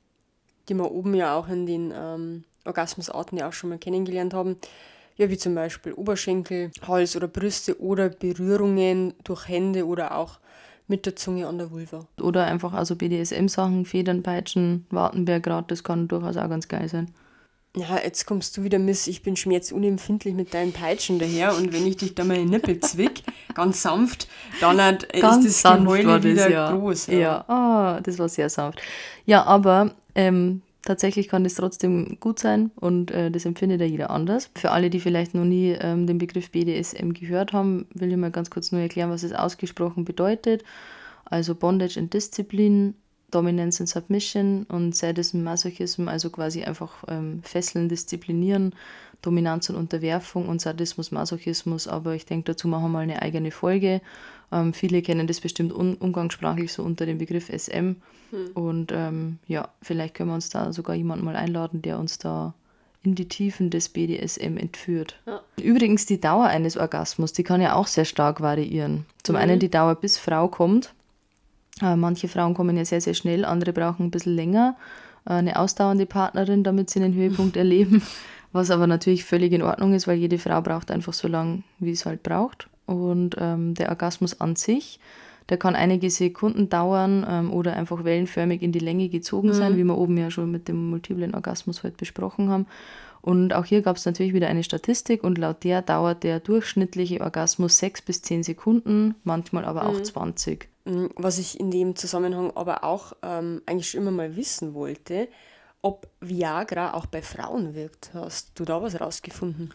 die wir oben ja auch in den ähm, Orgasmusarten ja auch schon mal kennengelernt haben. Ja, wie zum Beispiel Oberschenkel, Hals oder Brüste oder Berührungen durch Hände oder auch mit der Zunge an der Vulva.
Oder einfach also B D S M-Sachen, Federn, Peitschen, Wartenbergrad, das kann durchaus auch ganz geil sein.
Ja, jetzt kommst du wieder, Miss, ich bin schmerzunempfindlich mit deinen Peitschen daher und wenn ich dich da mal in den Nippel zwick, ganz sanft, dann hat- ist das Geheule wieder
ja.
groß.
Ja, ah, das war sehr sanft. Ja, aber ähm, tatsächlich kann das trotzdem gut sein und äh, das empfindet ja jeder anders. Für alle, die vielleicht noch nie ähm, den Begriff B D S M gehört haben, will ich mal ganz kurz nur erklären, was es ausgesprochen bedeutet. Also Bondage and Discipline, Dominance and Submission und Sadism, Masochism, also quasi einfach ähm, fesseln, disziplinieren, Dominanz und Unterwerfung und Sadismus, Masochismus, aber ich denke, dazu machen wir mal eine eigene Folge. Ähm, viele kennen das bestimmt un- umgangssprachlich so unter dem Begriff S M und ähm, ja, vielleicht können wir uns da sogar jemanden mal einladen, der uns da in die Tiefen des B D S M entführt.
Ja.
Übrigens, die Dauer eines Orgasmus, die kann ja auch sehr stark variieren. Zum einen die Dauer, bis Frau kommt. Äh, manche Frauen kommen ja sehr, sehr schnell, andere brauchen ein bisschen länger. Äh, eine ausdauernde Partnerin, damit sie den Höhepunkt erleben. Was aber natürlich völlig in Ordnung ist, weil jede Frau braucht einfach so lange, wie es halt braucht. Und ähm, der Orgasmus an sich, der kann einige Sekunden dauern ähm, oder einfach wellenförmig in die Länge gezogen sein, wie wir oben ja schon mit dem multiplen Orgasmus heute besprochen haben. Und auch hier gab es natürlich wieder eine Statistik und laut der dauert der durchschnittliche Orgasmus sechs bis zehn Sekunden, manchmal aber auch zwanzig.
Mm, Was ich in dem Zusammenhang aber auch ähm, eigentlich schon immer mal wissen wollte, ob Viagra auch bei Frauen wirkt. Hast du da was rausgefunden?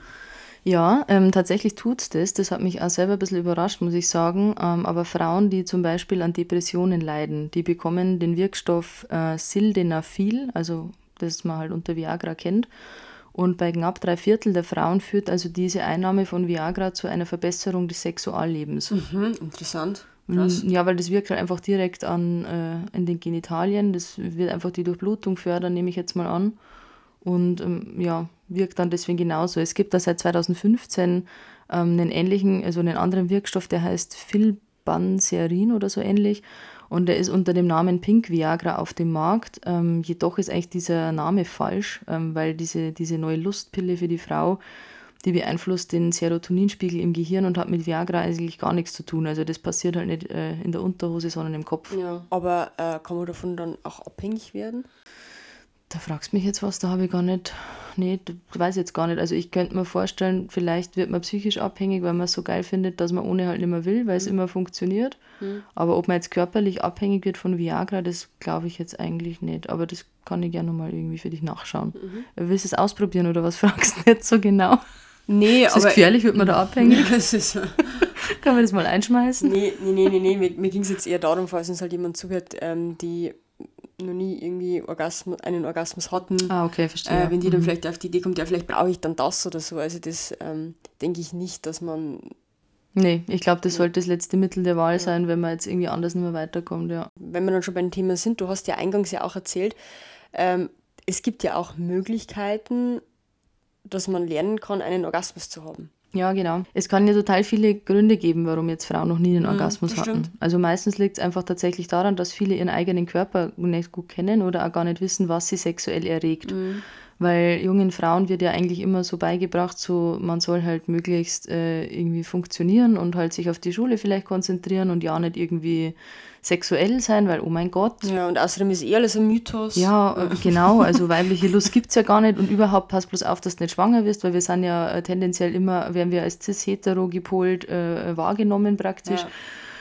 Ja, ähm, tatsächlich tut's das. Das hat mich auch selber ein bisschen überrascht, muss ich sagen. Ähm, aber Frauen, die zum Beispiel an Depressionen leiden, die bekommen den Wirkstoff äh, Sildenafil, also das man halt unter Viagra kennt. Und bei knapp drei Viertel der Frauen führt also diese Einnahme von Viagra zu einer Verbesserung des Sexuallebens.
Mhm, interessant. Krass.
Mm, Ja, weil das wirkt halt einfach direkt an, äh, in den Genitalien. Das wird einfach die Durchblutung fördern, nehme ich jetzt mal an. Und ähm, ja, wirkt dann deswegen genauso. Es gibt da seit zweitausendfünfzehn ähm, einen ähnlichen, also einen anderen Wirkstoff, der heißt Filbanserin oder so ähnlich. Und der ist unter dem Namen Pink Viagra auf dem Markt. Ähm, jedoch ist eigentlich dieser Name falsch, ähm, weil diese, diese neue Lustpille für die Frau, die beeinflusst den Serotoninspiegel im Gehirn und hat mit Viagra eigentlich gar nichts zu tun. Also das passiert halt nicht äh, in der Unterhose, sondern im Kopf.
Ja. Aber äh, kann man davon dann auch abhängig werden?
Da fragst du mich jetzt was, da habe ich gar nicht, nee, das weiß ich jetzt gar nicht. Also ich könnte mir vorstellen, vielleicht wird man psychisch abhängig, weil man es so geil findet, dass man ohne halt nicht mehr will, weil es immer funktioniert. Aber ob man jetzt körperlich abhängig wird von Viagra, das glaube ich jetzt eigentlich nicht. Aber das kann ich gerne nochmal irgendwie für dich nachschauen. Willst du es ausprobieren oder was fragst du jetzt so genau?
Nee,
Ist das gefährlich, wird man da abhängig?
Das ist, äh,
Kann man das mal einschmeißen?
nee, nee, nee, nee, nee. Mir, mir ging es jetzt eher darum, falls uns halt jemand zuhört, ähm, die noch nie irgendwie Orgasmus, einen Orgasmus hatten.
Ah, okay, verstehe.
Äh, wenn die dann vielleicht auf die Idee kommt, ja, vielleicht brauche ich dann das oder so. Also das ähm, denke ich nicht, dass man
Nee, ich glaube, das sollte das letzte Mittel der Wahl sein, wenn man jetzt irgendwie anders nicht mehr weiterkommt, ja.
Wenn wir dann schon beim Thema sind, du hast ja eingangs ja auch erzählt, ähm, es gibt ja auch Möglichkeiten, dass man lernen kann, einen Orgasmus zu haben.
Ja, genau. Es kann ja total viele Gründe geben, warum jetzt Frauen noch nie einen Orgasmus
das
hatten.
stimmt.
Also meistens liegt es einfach tatsächlich daran, dass viele ihren eigenen Körper nicht gut kennen oder auch gar nicht wissen, was sie sexuell erregt. Weil jungen Frauen wird ja eigentlich immer so beigebracht, so man soll halt möglichst äh, irgendwie funktionieren und halt sich auf die Schule vielleicht konzentrieren und ja nicht irgendwie sexuell sein, weil oh mein Gott.
Ja, und außerdem ist eh alles ein Mythos.
Ja, äh, genau, also weibliche Lust gibt es ja gar nicht und überhaupt pass bloß auf, dass du nicht schwanger wirst, weil wir sind ja äh, tendenziell immer, werden wir als cis-hetero gepolt äh, wahrgenommen praktisch.
Ja.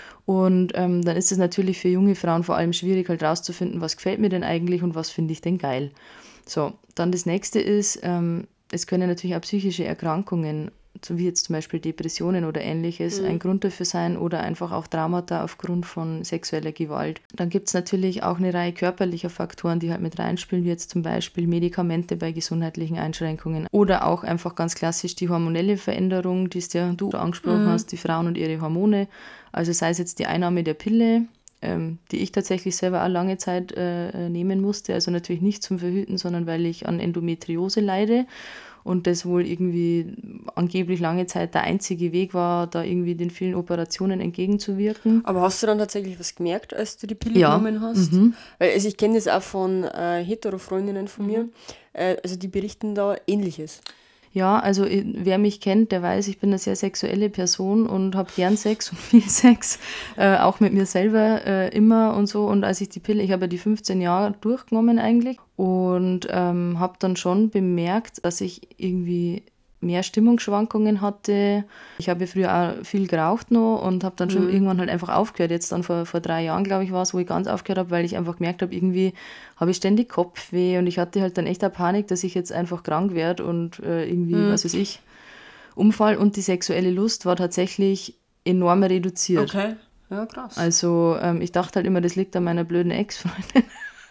Und ähm, dann ist es natürlich für junge Frauen vor allem schwierig halt rauszufinden, was gefällt mir denn eigentlich und was finde ich denn geil. So, dann das nächste ist, ähm, es können natürlich auch psychische Erkrankungen, so wie jetzt zum Beispiel Depressionen oder ähnliches, ein Grund dafür sein oder einfach auch Traumata aufgrund von sexueller Gewalt. Dann gibt es natürlich auch eine Reihe körperlicher Faktoren, die halt mit reinspielen, wie jetzt zum Beispiel Medikamente bei gesundheitlichen Einschränkungen oder auch einfach ganz klassisch die hormonelle Veränderung, die es ja du angesprochen hast, die Frauen und ihre Hormone. Also sei es jetzt die Einnahme der Pille, ähm, die ich tatsächlich selber auch lange Zeit äh, nehmen musste. Also natürlich nicht zum Verhüten, sondern weil ich an Endometriose leide und das wohl irgendwie angeblich lange Zeit der einzige Weg war, da irgendwie den vielen Operationen entgegenzuwirken.
Aber hast du dann tatsächlich was gemerkt, als du die Pille
Ja.
genommen hast? Weil also ich kenne das auch von äh, Hetero-Freundinnen von mir. Äh, also die berichten da Ähnliches.
Ja, also i- wer mich kennt, der weiß, ich bin eine sehr sexuelle Person und habe gern Sex und viel Sex, äh, auch mit mir selber äh, immer und so. Und als ich die Pille, ich habe ja die fünfzehn Jahre durchgenommen eigentlich und ähm, habe dann schon bemerkt, dass ich irgendwie mehr Stimmungsschwankungen hatte. Ich habe ja früher auch viel geraucht noch und habe dann schon irgendwann halt einfach aufgehört. Jetzt dann vor, vor drei Jahren, glaube ich, war es, wo ich ganz aufgehört habe, weil ich einfach gemerkt habe, irgendwie habe ich ständig Kopfweh und ich hatte halt dann echt eine Panik, dass ich jetzt einfach krank werde und äh, irgendwie, was weiß ich, Unfall und die sexuelle Lust war tatsächlich enorm reduziert.
Okay, ja krass.
Also ähm, ich dachte halt immer, das liegt an meiner blöden Ex-Freundin.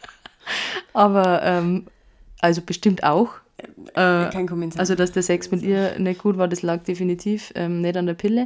Aber ähm, also bestimmt auch. Äh,
Kein Kommentar.
Also, dass der Sex mit ihr nicht gut war, das lag definitiv ähm, nicht an der Pille.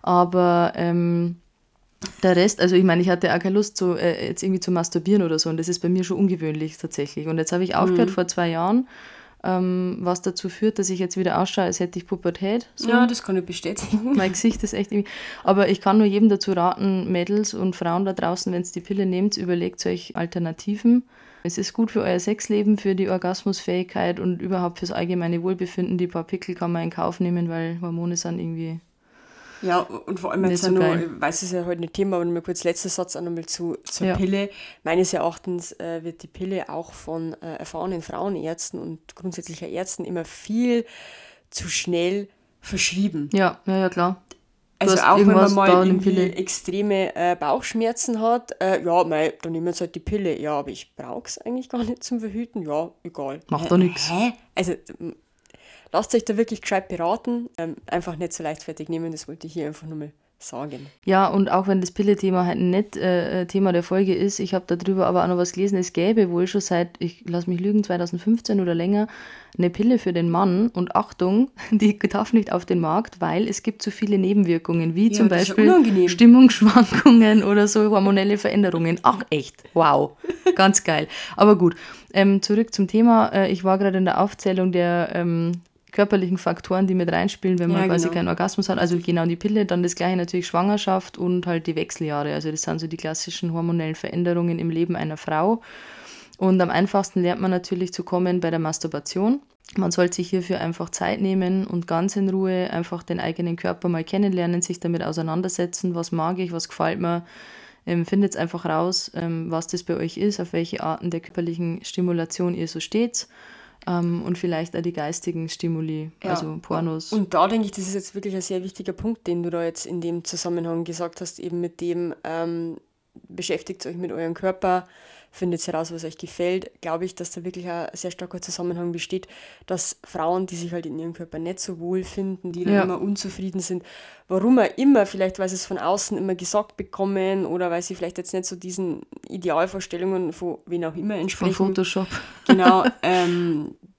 Aber ähm, der Rest, also ich meine, ich hatte auch keine Lust, so, äh, jetzt irgendwie zu masturbieren oder so. Und das ist bei mir schon ungewöhnlich tatsächlich. Und jetzt habe ich aufgehört vor zwei Jahren, ähm, was dazu führt, dass ich jetzt wieder ausschaue, als hätte ich Pubertät. So.
Ja, das kann ich bestätigen.
Mein Gesicht ist echt irgendwie. Aber ich kann nur jedem dazu raten, Mädels und Frauen da draußen, wenn ihr die Pille nehmt, überlegt euch Alternativen. Es ist gut für euer Sexleben, für die Orgasmusfähigkeit und überhaupt fürs allgemeine Wohlbefinden. Die paar Pickel kann man in Kauf nehmen, weil Hormone sind irgendwie.
Ja, und vor allem
Nicht
jetzt
so
auch noch,
geil.
ich weiß, es ist ja heute nicht Thema, aber nur kurz letzter Satz auch nochmal zu, zur
Ja.
Pille. Meines Erachtens äh, wird die Pille auch von äh, erfahrenen Frauenärzten und grundsätzlich auch Ärzten immer viel zu schnell verschrieben.
Ja, ja, ja, klar. Du
Also
hast
auch wenn man
irgendwas
mal
da in
irgendwie
Pille.
extreme äh, Bauchschmerzen hat, äh, ja, mei, dann nehmen wir jetzt halt die Pille. Ja, aber ich brauche es eigentlich gar nicht zum Verhüten. Ja, egal.
Macht
Hä?
doch nix.
Hä? Also m- lasst euch da wirklich gescheit beraten. Ähm, einfach nicht so leichtfertig nehmen, das wollte ich hier einfach nur mal sagen.
Ja, und auch wenn das Pille-Thema halt nicht äh, Thema der Folge ist, ich habe darüber aber auch noch was gelesen, es gäbe wohl schon seit, ich lass mich lügen, zwanzig fünfzehn oder länger, eine Pille für den Mann und Achtung, die darf nicht auf den Markt, weil es gibt so viele Nebenwirkungen, wie
Ja,
zum
das ist ja
Beispiel
unangenehm.
Stimmungsschwankungen oder so hormonelle Veränderungen. Ach echt, wow, ganz geil. Aber gut, ähm, zurück zum Thema. Äh, ich war gerade in der Aufzählung der ähm, körperlichen Faktoren, die mit reinspielen, wenn man
Ja,
quasi
genau.
keinen Orgasmus hat. Also genau die Pille, dann das gleiche natürlich Schwangerschaft und halt die Wechseljahre. Also das sind so die klassischen hormonellen Veränderungen im Leben einer Frau. Und am einfachsten lernt man natürlich zu kommen bei der Masturbation. Man sollte sich hierfür einfach Zeit nehmen und ganz in Ruhe einfach den eigenen Körper mal kennenlernen, sich damit auseinandersetzen, was mag ich, was gefällt mir. Ähm, findet einfach raus, ähm, was das bei euch ist, auf welche Arten der körperlichen Stimulation ihr so steht. Ähm, und vielleicht auch die geistigen Stimuli,
Ja.
also Pornos.
Und da denke ich, das ist jetzt wirklich ein sehr wichtiger Punkt, den du da jetzt in dem Zusammenhang gesagt hast, eben mit dem, ähm, beschäftigt euch mit eurem Körper, findet heraus, was euch gefällt, glaube ich, dass da wirklich ein sehr starker Zusammenhang besteht, dass Frauen, die sich halt in ihrem Körper nicht so wohl finden, die dann
Ja.
immer unzufrieden sind, warum auch immer, vielleicht weil sie es von außen immer gesagt bekommen oder weil sie vielleicht jetzt nicht so diesen Idealvorstellungen von wen auch immer
Von
entsprechen.
Photoshop.
Genau, ähm,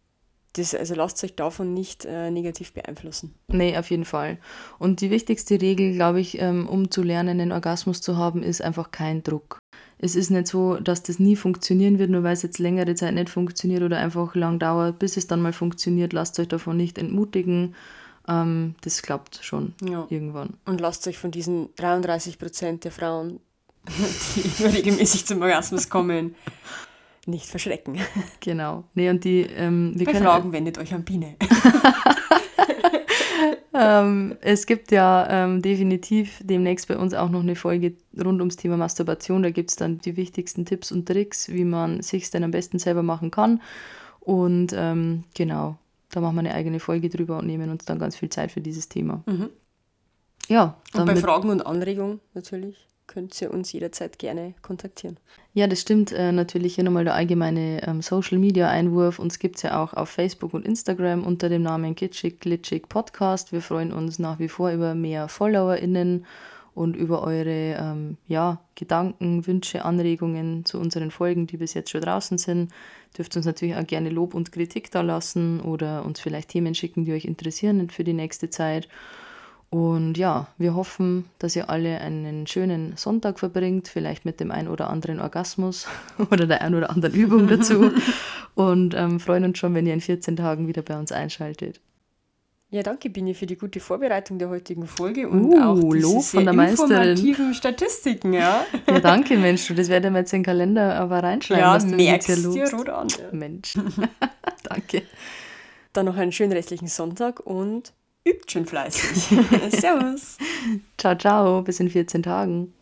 das, also lasst euch davon nicht äh, negativ beeinflussen.
Nee, auf jeden Fall. Und die wichtigste Regel, glaube ich, ähm, um zu lernen, einen Orgasmus zu haben, ist einfach kein Druck. Es ist nicht so, dass das nie funktionieren wird, nur weil es jetzt längere Zeit nicht funktioniert oder einfach lang dauert, bis es dann mal funktioniert. Lasst euch davon nicht entmutigen. Ähm, das klappt schon
Ja.
irgendwann.
Und lasst euch von diesen dreiunddreißig Prozent der Frauen, die regelmäßig zum Orgasmus kommen, nicht verschrecken.
Genau. Nee, und die, ähm, wir
Bei
können,
Fragen wendet euch an Biene.
ähm, es gibt ja ähm, definitiv demnächst bei uns auch noch eine Folge rund ums Thema Masturbation. Da gibt es dann die wichtigsten Tipps und Tricks, wie man sich dann am besten selber machen kann. Und ähm, genau, da machen wir eine eigene Folge drüber und nehmen uns dann ganz viel Zeit für dieses Thema.
Mhm.
Ja,
Und bei
damit,
Fragen und Anregungen natürlich könnt ihr uns jederzeit gerne kontaktieren.
ja, das stimmt. Äh, natürlich hier nochmal der allgemeine ähm, Social-Media-Einwurf. Uns gibt es ja auch auf Facebook und Instagram unter dem Namen Gitschig Glitschig Podcast. Wir freuen uns nach wie vor über mehr FollowerInnen und über eure ähm, ja, Gedanken, Wünsche, Anregungen zu unseren Folgen, die bis jetzt schon draußen sind. Dürft uns natürlich auch gerne Lob und Kritik da lassen oder uns vielleicht Themen schicken, die euch interessieren für die nächste Zeit. Und ja, wir hoffen, dass ihr alle einen schönen Sonntag verbringt, vielleicht mit dem ein oder anderen Orgasmus oder der ein oder anderen Übung dazu. Und ähm, freuen uns schon, wenn ihr in vierzehn Tagen wieder bei uns einschaltet.
Ja, danke Bini für die gute Vorbereitung der heutigen Folge und
Uh,
auch diese
Lob
sehr
von der Meisterin.
informativen Statistiken. Ja,
Ja, danke, Mensch. Du, das werden wir jetzt in den Kalender aber reinschreiben,
ja
was du mir jetzt
merkst
hier
dir
lobst.
rot an. Ja.
Mensch. Danke.
Dann noch einen schönen restlichen Sonntag und übt schön fleißig. Servus.
Ciao, ciao. Bis in vierzehn Tagen.